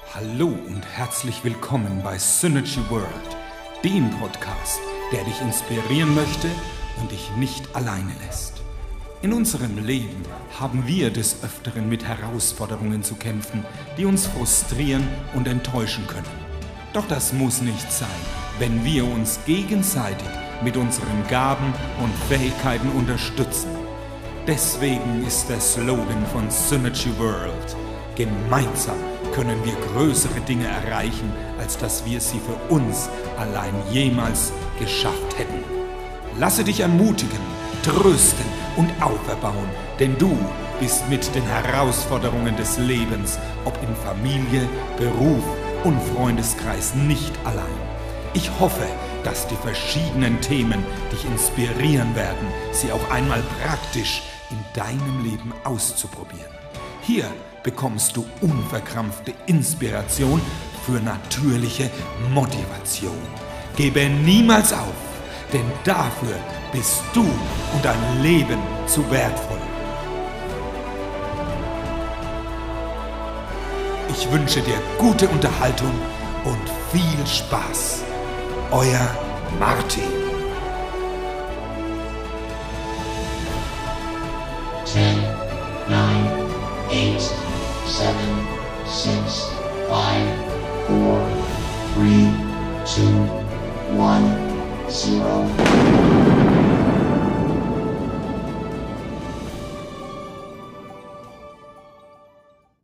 Hallo und herzlich willkommen bei Synergy World, dem Podcast, der dich inspirieren möchte und dich nicht alleine lässt. In unserem Leben haben wir des Öfteren mit Herausforderungen zu kämpfen, die uns frustrieren und enttäuschen können. Doch das muss nicht sein, wenn wir uns gegenseitig mit unseren Gaben und Fähigkeiten unterstützen. Deswegen ist der Slogan von Synergy World: Gemeinsam können wir größere Dinge erreichen, als dass wir sie für uns allein jemals geschafft hätten. Lasse dich ermutigen, trösten und auferbauen, denn du bist mit den Herausforderungen des Lebens, ob in Familie, Beruf und Freundeskreis, nicht allein. Ich hoffe, dass die verschiedenen Themen dich inspirieren werden, sie auch einmal praktisch in deinem Leben auszuprobieren. Hier bekommst du unverkrampfte Inspiration für natürliche Motivation. Gebe niemals auf, denn dafür bist du und dein Leben zu wertvoll. Ich wünsche dir gute Unterhaltung und viel Spaß. Euer Martin. 10, 9, 8, 7, 6, 5, 4, 3, 2, 1, 0.